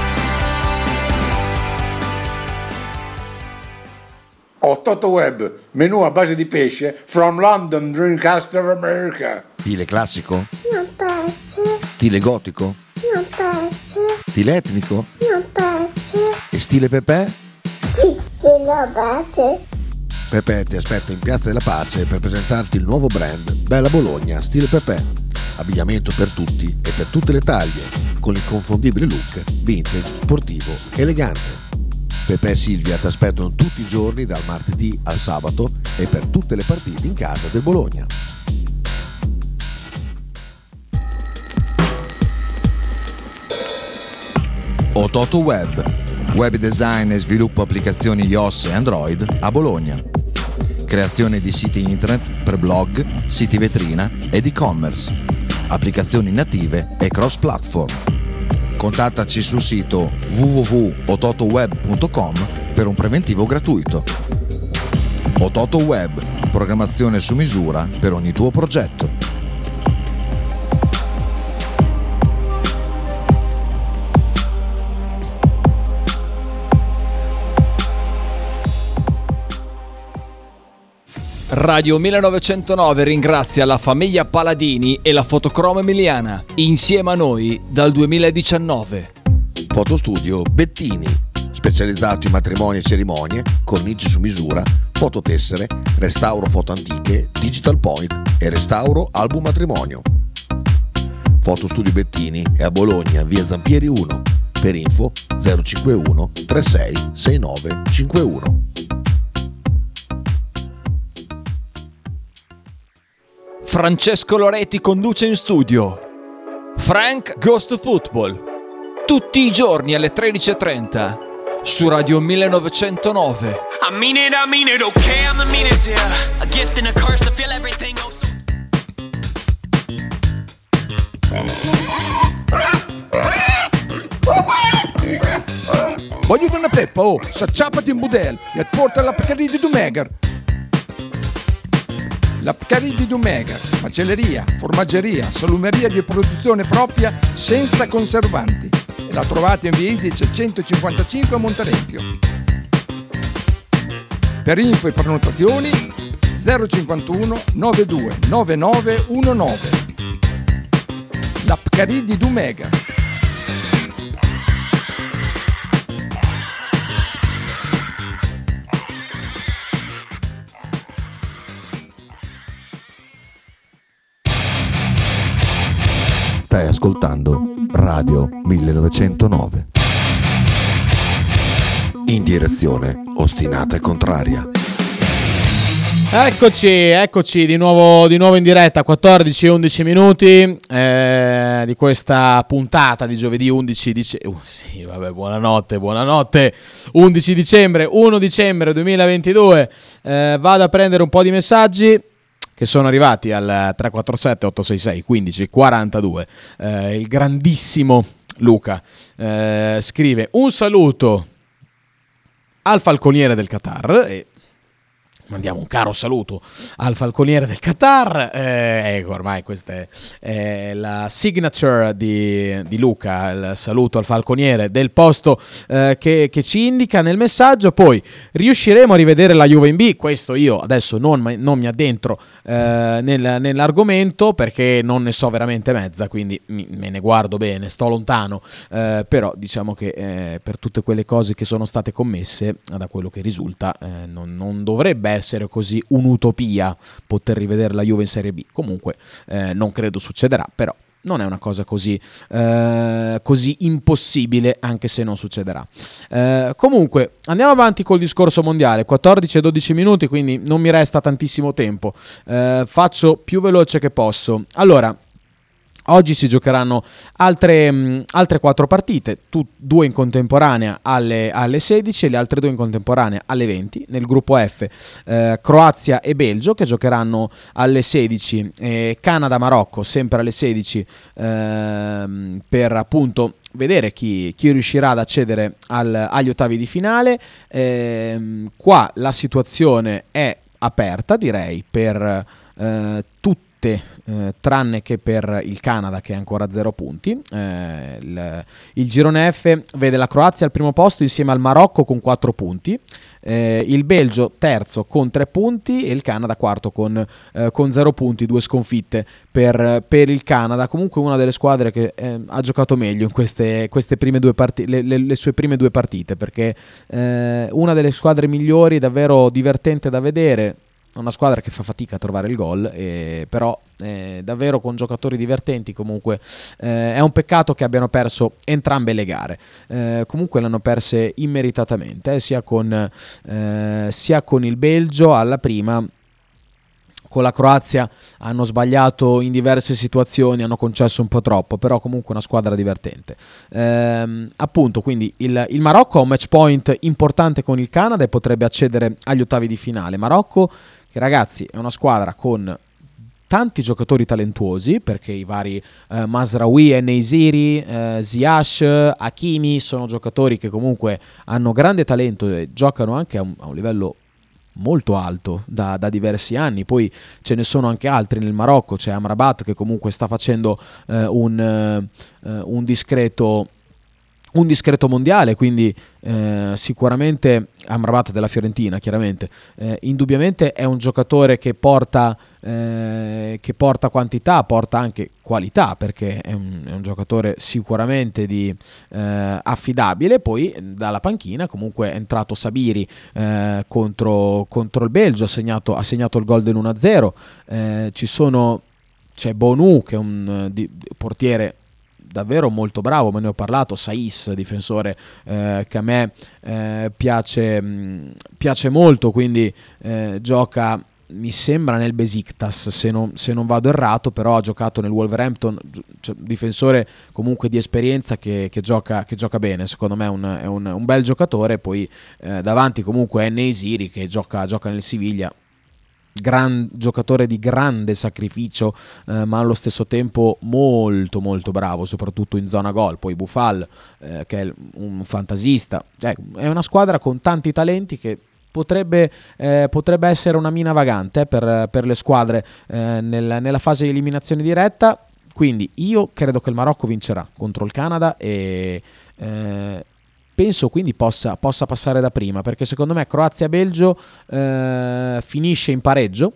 Toto Web, menù a base di pesce from London, Dreamcaster, America. Stile classico? Non piace. Stile gotico? Non piace. Stile etnico? Non piace. E stile Pepe? Sì, la base. Pepe ti aspetta in Piazza della Pace per presentarti il nuovo brand Bella Bologna stile Pepe. Abbigliamento per tutti e per tutte le taglie, con l'inconfondibile look vintage, sportivo, elegante. Pepe e Silvia ti aspettano tutti i giorni dal martedì al sabato e per tutte le partite in casa del Bologna. Ototo Web, web design e sviluppo applicazioni iOS e Android a Bologna. Creazione di siti internet per blog, siti vetrina ed e-commerce. Applicazioni native e cross-platform. Contattaci sul sito www.ototoweb.com per un preventivo gratuito. Ototo Web, programmazione su misura per ogni tuo progetto. Radio 1909 ringrazia la famiglia Paladini e la Fotocromo Emiliana, insieme a noi dal 2019. Fotostudio Bettini, specializzato in matrimoni e cerimonie, cornici su misura, fototessere, restauro foto antiche, digital point e restauro album matrimonio. Fotostudio Bettini è a Bologna, via Zampieri 1, per info 051 36 69 51. Francesco Loretti conduce in studio Frank Goes to Football, tutti i giorni alle 13:30 su Radio 1909. I mean it, okay, I'm the meanest, yeah. A gift and a curse to feel everything, oh so... Voglio una peppa, oh, s'acciappati in budel e porta la Pcaridi di Dumegar. La Pcaridi di Dumegar, macelleria, formaggeria, salumeria di produzione propria senza conservanti. E la trovate in via Idice 155 a Monterezio. Per info e prenotazioni 051 92 9919. La Pcaridi di Dumegar. Stai ascoltando Radio 1909. In direzione ostinata e contraria. Eccoci di nuovo in diretta, 14 e 11 minuti di questa puntata di giovedì 11 dicembre. Sì, vabbè, buonanotte. 11 dicembre, 1 dicembre 2022. Vado a prendere un po' di messaggi che sono arrivati al 347 866 15 42. Il grandissimo Luca scrive: un saluto al falconiere del Qatar, e mandiamo un caro saluto al falconiere del Qatar. Ecco, ormai questa è la signature di Luca, il saluto al falconiere del posto che ci indica nel messaggio. Poi riusciremo a rivedere la Juve in B? Questo io adesso non mi addentro nell'argomento, perché non ne so veramente mezza, quindi me ne guardo bene, sto lontano, però diciamo che per tutte quelle cose che sono state commesse, da quello che risulta, non dovrebbe essere così un'utopia poter rivedere la Juve in Serie B. Comunque non credo succederà, però non è una cosa così impossibile, anche se non succederà. Comunque andiamo avanti col discorso mondiale. 14 e 12 minuti, quindi non mi resta tantissimo tempo, faccio più veloce che posso. Allora, Oggi si giocheranno altre 4 partite, 2 in contemporanea alle 16 e le altre 2 in contemporanea alle 20. Nel gruppo F Croazia e Belgio che giocheranno alle 16, Canada-Marocco sempre alle 16 per appunto vedere chi riuscirà ad accedere agli ottavi di finale. Qua la situazione è aperta, direi, per tutte, tranne che per il Canada che è ancora a 0 punti. Il girone F vede la Croazia al primo posto insieme al Marocco con 4 punti, il Belgio terzo con 3 punti e il Canada quarto con 0 punti, 2 sconfitte per il Canada. Comunque una delle squadre che ha giocato meglio in queste prime 2 partite, le sue prime 2 partite, perché una delle squadre migliori, davvero divertente da vedere. Una squadra che fa fatica a trovare il gol, però davvero con giocatori divertenti. Comunque è un peccato che abbiano perso entrambe le gare, comunque le hanno perse immeritatamente, sia con il Belgio alla prima. Con la Croazia hanno sbagliato in diverse situazioni, hanno concesso un po' troppo, però comunque una squadra divertente. Appunto, quindi il Marocco ha un match point importante con il Canada e potrebbe accedere agli ottavi di finale. Marocco, che ragazzi è una squadra con tanti giocatori talentuosi, perché i vari Mazraoui, En-Nesyri, Ziyech, Hakimi sono giocatori che comunque hanno grande talento e giocano anche a un livello molto alto da diversi anni. Poi ce ne sono anche altri nel Marocco, c'è Amrabat che comunque sta facendo un discreto mondiale, quindi sicuramente Amrabat della Fiorentina, chiaramente indubbiamente è un giocatore che porta quantità, porta anche qualità, perché è un giocatore sicuramente affidabile. Poi dalla panchina comunque è entrato Sabiri contro il Belgio, ha segnato il gol del 1-0. C'è Bonu che è un portiere davvero molto bravo, me ne ho parlato. Saiss, difensore che a me piace molto, quindi gioca, mi sembra, nel Besiktas, se non vado errato, però ha giocato nel Wolverhampton, difensore comunque di esperienza che gioca bene, secondo me è un bel giocatore. Poi davanti comunque En-Nesyri che gioca nel Siviglia, giocatore di grande sacrificio, ma allo stesso tempo molto molto bravo, soprattutto in zona gol. Poi Boufal che è un fantasista. È una squadra con tanti talenti che potrebbe essere una mina vagante per le squadre nella fase di eliminazione diretta. Quindi io credo che il Marocco vincerà contro il Canada e penso quindi possa passare da prima, perché secondo me Croazia-Belgio finisce in pareggio,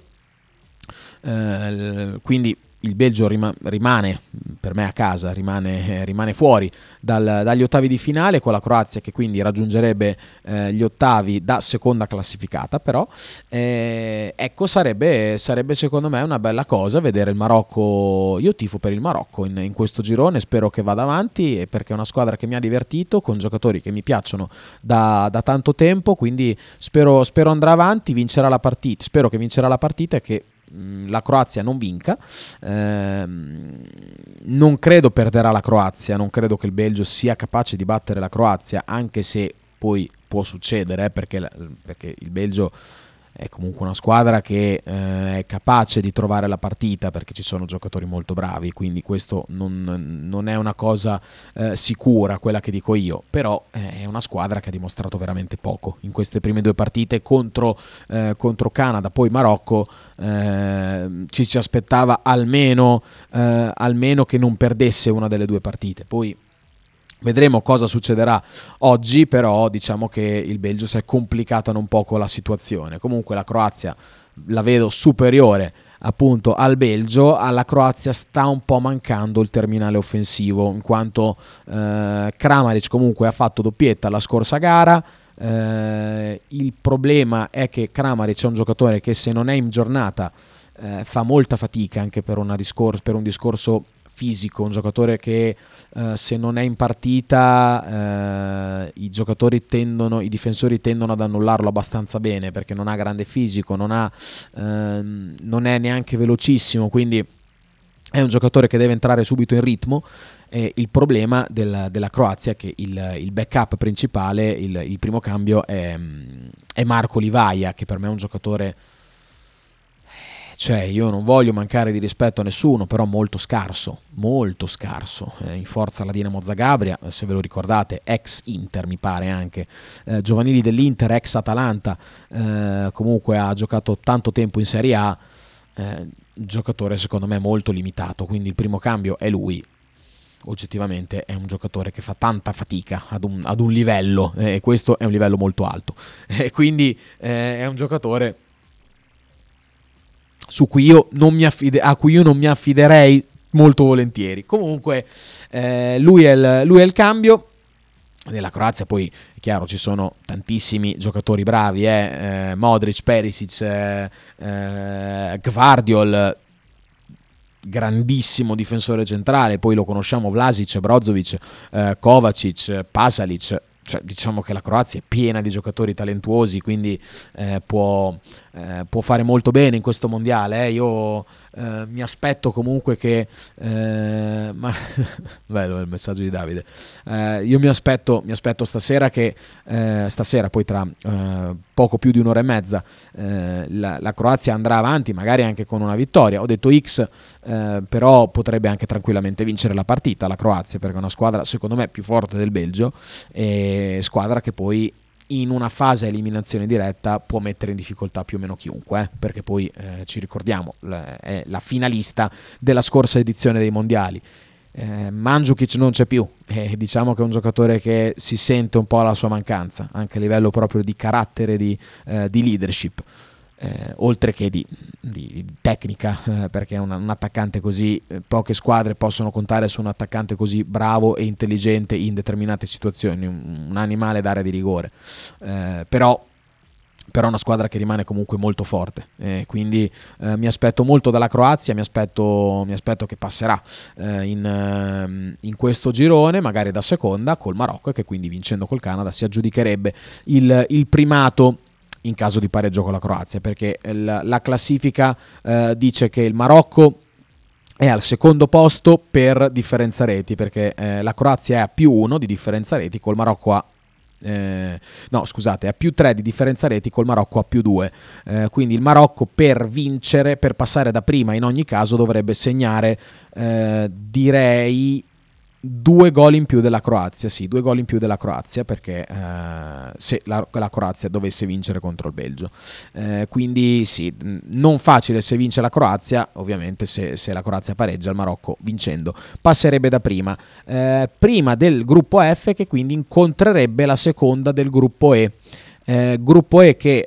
quindi il Belgio rimane per me a casa, rimane fuori dagli ottavi di finale, con la Croazia che quindi raggiungerebbe gli ottavi da seconda classificata. Però ecco, sarebbe secondo me una bella cosa vedere il Marocco. Io tifo per il Marocco in questo girone, spero che vada avanti, perché è una squadra che mi ha divertito, con giocatori che mi piacciono da tanto tempo, quindi spero andrà avanti, vincerà la partita. Spero che vincerà la partita e che la Croazia non vinca. Non credo perderà la Croazia, non credo che il Belgio sia capace di battere la Croazia, anche se poi può succedere, perché il Belgio è comunque una squadra che è capace di trovare la partita, perché ci sono giocatori molto bravi, quindi questo non è una cosa sicura, quella che dico io. Però è una squadra che ha dimostrato veramente poco in queste prime 2 partite contro Canada. Poi Marocco ci aspettava almeno che non perdesse una delle 2 partite. Poi vedremo cosa succederà oggi, però diciamo che il Belgio si è complicata un poco la situazione. Comunque la Croazia la vedo superiore appunto al Belgio. Alla Croazia sta un po' mancando il terminale offensivo, in quanto Kramaric comunque ha fatto doppietta la scorsa gara. Il problema è che Kramaric è un giocatore che, se non è in giornata, fa molta fatica, anche per un discorso fisico, un giocatore che se non è in partita i difensori tendono ad annullarlo abbastanza bene, perché non ha grande fisico, non è neanche velocissimo, quindi è un giocatore che deve entrare subito in ritmo. Il problema della Croazia è che il backup principale, il primo cambio è Marko Livaja, che per me è un giocatore, cioè io non voglio mancare di rispetto a nessuno, però molto scarso, in forza alla Dinamo Zagabria, se ve lo ricordate, ex Inter mi pare anche, giovanili dell'Inter, ex Atalanta, comunque ha giocato tanto tempo in Serie A, giocatore secondo me molto limitato, quindi il primo cambio è lui. Oggettivamente è un giocatore che fa tanta fatica ad un livello, e questo è un livello molto alto, quindi è un giocatore a cui io non mi affiderei molto volentieri. Comunque lui è il cambio. Nella Croazia poi è chiaro ci sono tantissimi giocatori bravi, Modric, Perisic, Gvardiol, grandissimo difensore centrale, poi lo conosciamo, Vlasic, Brozovic, Kovacic, Pasalic, cioè, diciamo che la Croazia è piena di giocatori talentuosi, quindi può fare molto bene in questo mondiale. Io mi aspetto comunque che ma bello il messaggio di Davide, io mi aspetto stasera che stasera poi tra poco più di un'ora e mezza la Croazia andrà avanti, magari anche con una vittoria. Ho detto X, però potrebbe anche tranquillamente vincere la partita la Croazia, perché è una squadra secondo me più forte del Belgio, e squadra che poi in una fase eliminazione diretta può mettere in difficoltà più o meno chiunque, perché poi ci ricordiamo è la finalista della scorsa edizione dei mondiali. Mandzukic non c'è più, diciamo che è un giocatore che si sente un po' la sua mancanza anche a livello proprio di carattere, di leadership, oltre che di tecnica, perché è un attaccante così, poche squadre possono contare su un attaccante così bravo e intelligente in determinate situazioni, un animale d'area di rigore, però una squadra che rimane comunque molto forte, quindi mi aspetto molto dalla Croazia, mi aspetto che passerà in questo girone, magari da seconda col Marocco, e che quindi vincendo col Canada si aggiudicherebbe il primato in caso di pareggio con la Croazia, perché la classifica dice che il Marocco è al secondo posto per differenza reti, perché la Croazia è a +1 di differenza reti, col Marocco a è a +3 di differenza reti, col Marocco a +2, quindi il Marocco per vincere, per passare da prima in ogni caso, dovrebbe segnare direi 2 gol in più della Croazia, sì, 2 gol in più della Croazia, perché se la Croazia dovesse vincere contro il Belgio, quindi sì, non facile se vince la Croazia. Ovviamente se la Croazia pareggia, il Marocco vincendo passerebbe da prima del gruppo F, che quindi incontrerebbe la seconda del gruppo E. Gruppo E che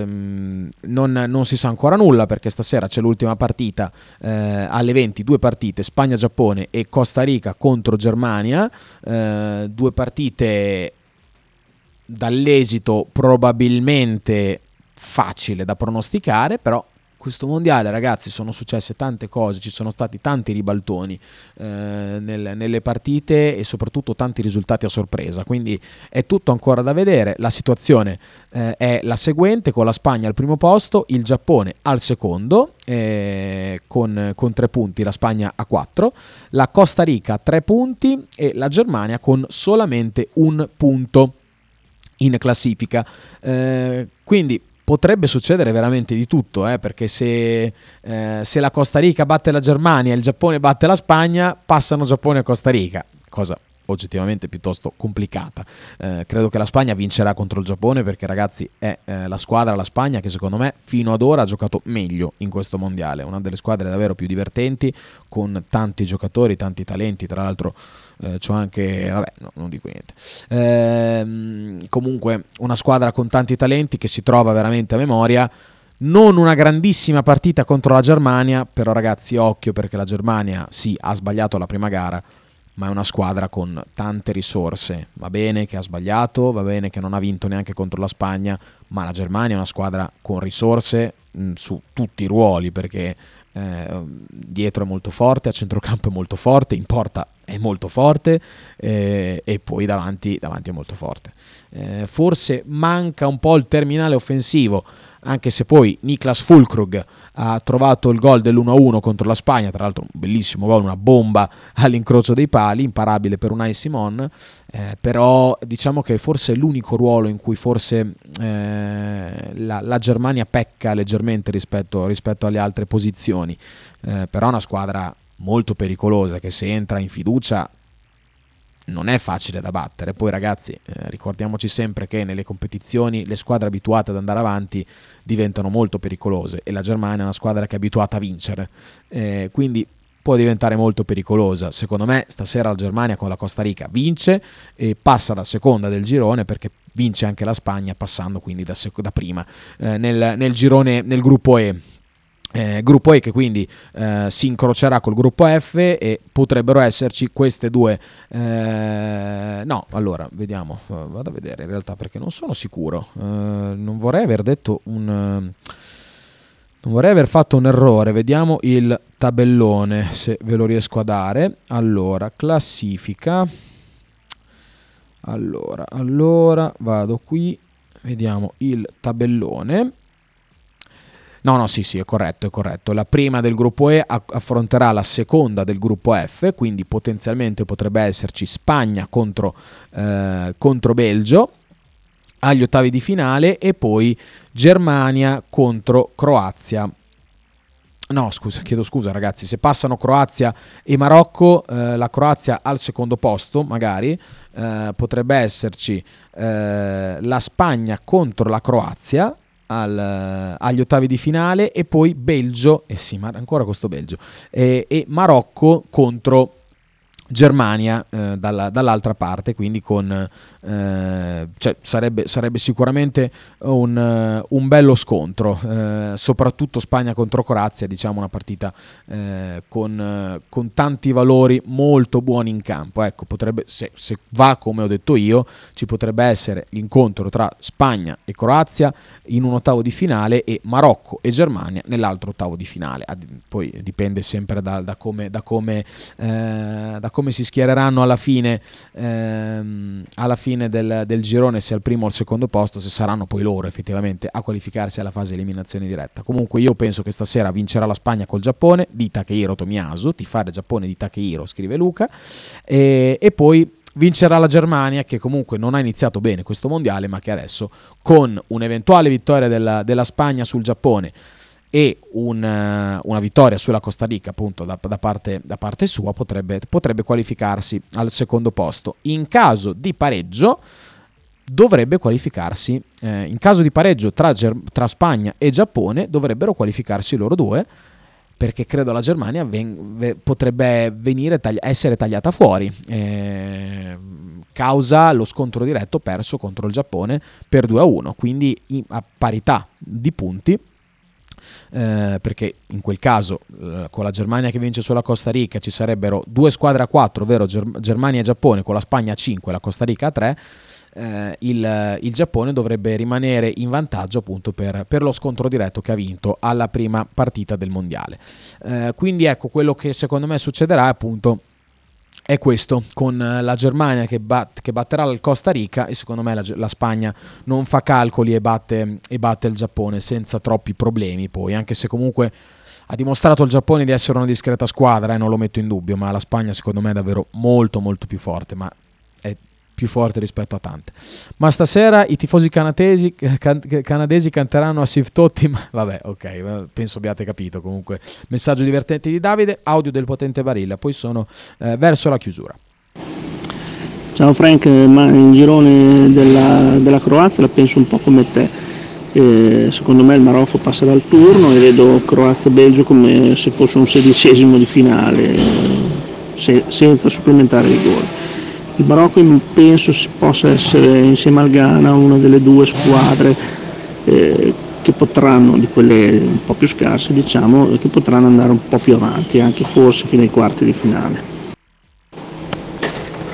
non si sa ancora nulla, perché stasera c'è l'ultima partita alle 20, 2 partite, Spagna-Giappone e Costa Rica contro Germania, 2 partite dall'esito probabilmente facile da pronosticare, però questo mondiale, ragazzi, sono successe tante cose, ci sono stati tanti ribaltoni nelle partite e soprattutto tanti risultati a sorpresa, quindi è tutto ancora da vedere. La situazione è la seguente, con la Spagna al primo posto, il Giappone al secondo con 3 punti, la Spagna a 4, la Costa Rica a 3 punti e la Germania con solamente 1 punto in classifica, quindi potrebbe succedere veramente di tutto, perché se la Costa Rica batte la Germania e il Giappone batte la Spagna, passano Giappone e Costa Rica, cosa oggettivamente piuttosto complicata. Credo che la Spagna vincerà contro il Giappone, perché ragazzi è la Spagna, che secondo me fino ad ora ha giocato meglio in questo mondiale, una delle squadre davvero più divertenti, con tanti giocatori, tanti talenti. Tra l'altro c'ho anche, non dico niente, comunque una squadra con tanti talenti che si trova veramente a memoria. Non una grandissima partita contro la Germania, però ragazzi occhio, perché la Germania sì, ha sbagliato la prima gara, ma è una squadra con tante risorse. Va bene che ha sbagliato, va bene che non ha vinto neanche contro la Spagna, ma la Germania è una squadra con risorse su tutti i ruoli, perché dietro è molto forte, a centrocampo è molto forte, in porta è molto forte, e poi davanti è molto forte. Forse manca un po' il terminale offensivo anche se poi Niklas Füllkrug ha trovato il gol dell'1-1 contro la Spagna, tra l'altro un bellissimo gol, una bomba all'incrocio dei pali, imparabile per Unai Simon, però diciamo che forse è l'unico ruolo in cui forse la Germania pecca leggermente rispetto alle altre posizioni, però è una squadra molto pericolosa che se entra in fiducia non è facile da battere. Poi ragazzi, ricordiamoci sempre che nelle competizioni le squadre abituate ad andare avanti diventano molto pericolose e la Germania è una squadra che è abituata a vincere, quindi può diventare molto pericolosa. Secondo me stasera la Germania con la Costa Rica vince e passa da seconda del girone, perché vince anche la Spagna passando quindi da prima nel girone, nel gruppo E. Gruppo E che quindi si incrocerà col gruppo F e potrebbero esserci queste due no, allora vediamo, vado a vedere in realtà perché non sono sicuro, non vorrei aver detto non vorrei aver fatto un errore. Vediamo il tabellone se ve lo riesco a dare. Allora, classifica, allora vado qui, vediamo il tabellone. No, sì, è corretto. La prima del gruppo E affronterà la seconda del gruppo F, quindi potenzialmente potrebbe esserci Spagna contro Belgio agli ottavi di finale e poi Germania contro Croazia. No, chiedo scusa ragazzi, se passano Croazia e Marocco, la Croazia al secondo posto magari, potrebbe esserci la Spagna contro la Croazia agli ottavi di finale e poi Belgio, ancora questo Belgio, e Marocco contro Germania dall'altra parte, quindi sarebbe sicuramente un bello scontro, soprattutto Spagna contro Croazia, diciamo una partita con tanti valori molto buoni in campo. Ecco, potrebbe, se va come ho detto io, ci potrebbe essere l'incontro tra Spagna e Croazia in un ottavo di finale e Marocco e Germania nell'altro ottavo di finale. Poi dipende sempre da come si schiereranno alla fine del girone, se al primo o al secondo posto, se saranno poi loro effettivamente a qualificarsi alla fase eliminazione diretta. Comunque io penso che stasera vincerà la Spagna col Giappone di Takehiro Tomiyasu, tifare Giappone di Takehiro, scrive Luca, e poi vincerà la Germania, che comunque non ha iniziato bene questo mondiale, ma che adesso con un'eventuale vittoria della Spagna sul Giappone e una vittoria sulla Costa Rica appunto da parte sua potrebbe qualificarsi al secondo posto. In caso di pareggio dovrebbe qualificarsi, in caso di pareggio tra Spagna e Giappone dovrebbero qualificarsi loro due, perché credo la Germania potrebbe essere tagliata fuori causa lo scontro diretto perso contro il Giappone per 2-1, quindi a parità di punti. Perché in quel caso con la Germania che vince sulla Costa Rica ci sarebbero due squadre a 4, ovvero Germania e Giappone, con la Spagna a 5 e la Costa Rica a 3. Il Giappone dovrebbe rimanere in vantaggio appunto per lo scontro diretto che ha vinto alla prima partita del mondiale. Quindi ecco, quello che secondo me succederà appunto è questo, con la Germania che batterà la Costa Rica, e secondo me la Spagna non fa calcoli e batte il Giappone senza troppi problemi. Poi, anche se comunque ha dimostrato il Giappone di essere una discreta squadra, non lo metto in dubbio, ma la Spagna secondo me è davvero molto molto più forte, ma è più forte rispetto a tante. Ma stasera i tifosi canadesi canteranno a Sif Totti, ma vabbè, ok, penso abbiate capito. Comunque, messaggio divertente di Davide, audio del potente Barilla, poi sono verso la chiusura. Ciao Frank, ma il girone della Croazia la penso un po' come te. Secondo me il Marocco passerà al turno e vedo Croazia-Belgio come se fosse un 16esimo di finale, senza supplementare rigore. Il Marocco penso possa essere, insieme al Ghana, una delle due squadre che potranno, di quelle un po' più scarse diciamo, che potranno andare un po' più avanti, anche forse fino ai quarti di finale.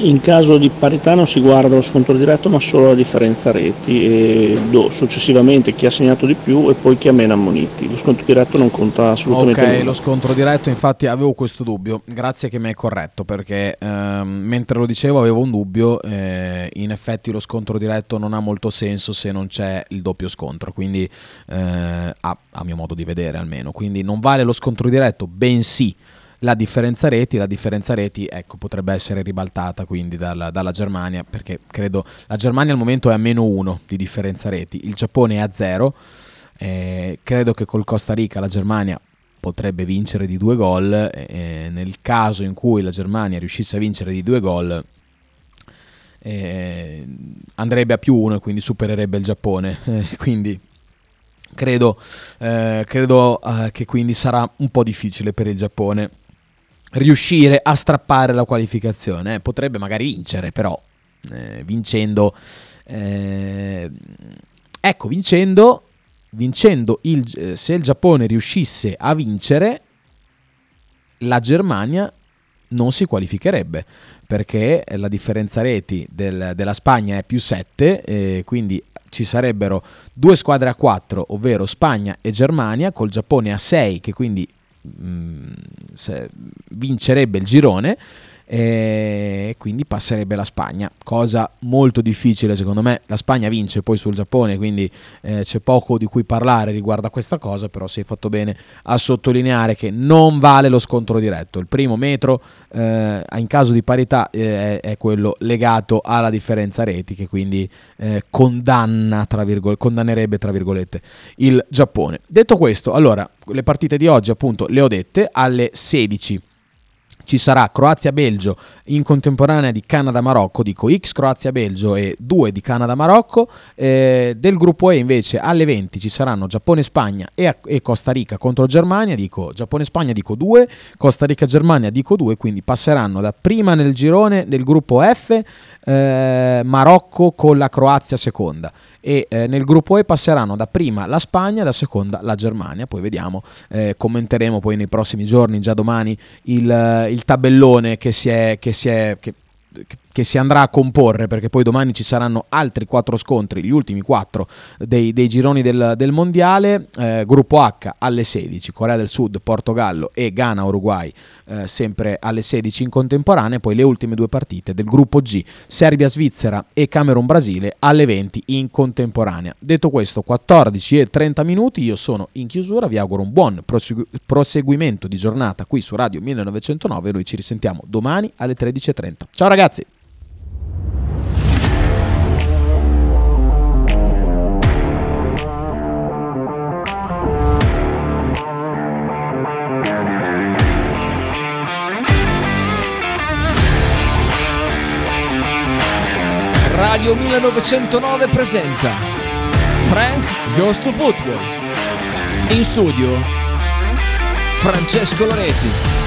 In caso di parità non si guarda lo scontro diretto ma solo la differenza reti e successivamente chi ha segnato di più e poi chi ha meno ammoniti. Lo scontro diretto non conta assolutamente nulla. Ok, lo scontro diretto, infatti avevo questo dubbio, grazie che mi hai corretto, perché mentre lo dicevo avevo un dubbio, in effetti lo scontro diretto non ha molto senso se non c'è il doppio scontro, quindi a mio modo di vedere almeno, quindi non vale lo scontro diretto, bensì la differenza reti, ecco, potrebbe essere ribaltata quindi dalla Germania, perché credo la Germania al momento è a -1 di differenza reti, il Giappone è a 0, credo che col Costa Rica la Germania potrebbe vincere di 2 gol, nel caso in cui la Germania riuscisse a vincere di 2 gol andrebbe a +1 e quindi supererebbe il Giappone, quindi credo che quindi sarà un po' difficile per il Giappone riuscire a strappare la qualificazione. Potrebbe magari vincere, però vincendo se il Giappone riuscisse a vincere, la Germania non si qualificherebbe, perché la differenza reti della Spagna è +7, quindi ci sarebbero 2 squadre a 4, ovvero Spagna e Germania, col Giappone a 6 che quindi vincerebbe il girone e quindi passerebbe la Spagna, cosa molto difficile secondo me. La Spagna vince poi sul Giappone, quindi c'è poco di cui parlare riguardo a questa cosa, però si è fatto bene a sottolineare che non vale lo scontro diretto. Il primo metro in caso di parità è quello legato alla differenza reti, che quindi condannerebbe tra virgolette il Giappone. Detto questo, allora le partite di oggi appunto le ho dette. Alle 16 ci sarà Croazia-Belgio in contemporanea di Canada-Marocco, dico X Croazia-Belgio e 2 di Canada-Marocco. Del gruppo E invece alle 20 ci saranno Giappone-Spagna e Costa Rica contro Germania, dico Giappone-Spagna dico 2, Costa Rica-Germania dico 2, quindi passeranno da prima nel girone del gruppo F Marocco con la Croazia seconda, e nel gruppo E passeranno da prima la Spagna, da seconda la Germania. Poi vediamo, commenteremo poi nei prossimi giorni, già domani, il tabellone che si andrà a comporre, perché poi domani ci saranno altri 4 scontri, gli ultimi 4 dei gironi del mondiale. Gruppo H alle 16 Corea del Sud, Portogallo e Ghana Uruguay, sempre alle 16 in contemporanea. Poi le ultime 2 partite del gruppo G, Serbia Svizzera e Camerun Brasile, alle 20 in contemporanea. Detto questo, 14:30, io sono in chiusura, vi auguro un buon proseguimento di giornata qui su Radio 1909 e noi ci risentiamo domani alle 13:30. Ciao ragazzi! Radio 1909 presenta Frank Goes to Football. In studio Francesco Loreti.